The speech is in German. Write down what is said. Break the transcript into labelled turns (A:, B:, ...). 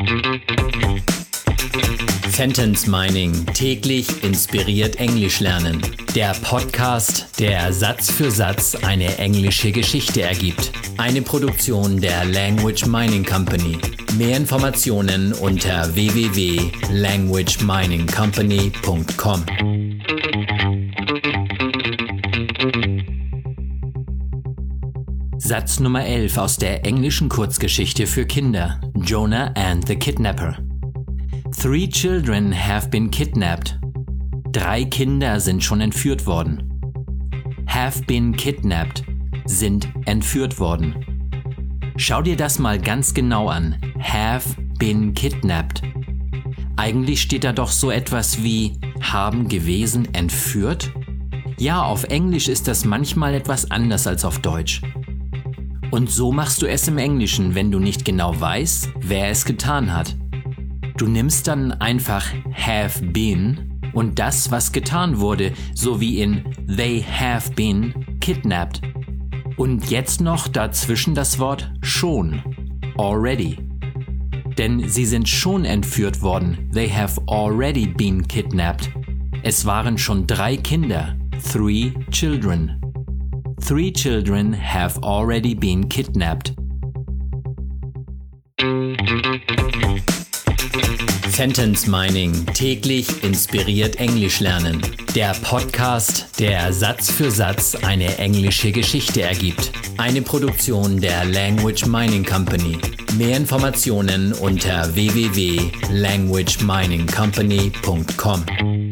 A: Sentence Mining. Täglich inspiriert Englisch lernen. Der Podcast, der Satz für Satz eine englische Geschichte ergibt. Eine Produktion der Language Mining Company. Mehr Informationen unter www.languageminingcompany.com. Satz Nummer 11 aus der englischen Kurzgeschichte für Kinder. Jonah and the Kidnapper. 3 children have been kidnapped. 3 Kinder sind schon entführt worden. Have been kidnapped. Sind entführt worden. Schau dir das mal ganz genau an. Have been kidnapped. Eigentlich steht da doch so etwas wie haben gewesen entführt? Ja, auf Englisch ist das manchmal etwas anders als auf Deutsch. Und so machst du es im Englischen, wenn du nicht genau weißt, wer es getan hat. Du nimmst dann einfach have been und das, was getan wurde, so wie in they have been kidnapped. Und jetzt noch dazwischen das Wort schon, already. Denn sie sind schon entführt worden, they have already been kidnapped. Es waren schon 3 Kinder, 3 children. 3 children have already been kidnapped. Sentence Mining. Täglich inspiriert Englisch lernen. Der Podcast, der Satz für Satz eine englische Geschichte ergibt. Eine Produktion der Language Mining Company. Mehr Informationen unter www.languageminingcompany.com.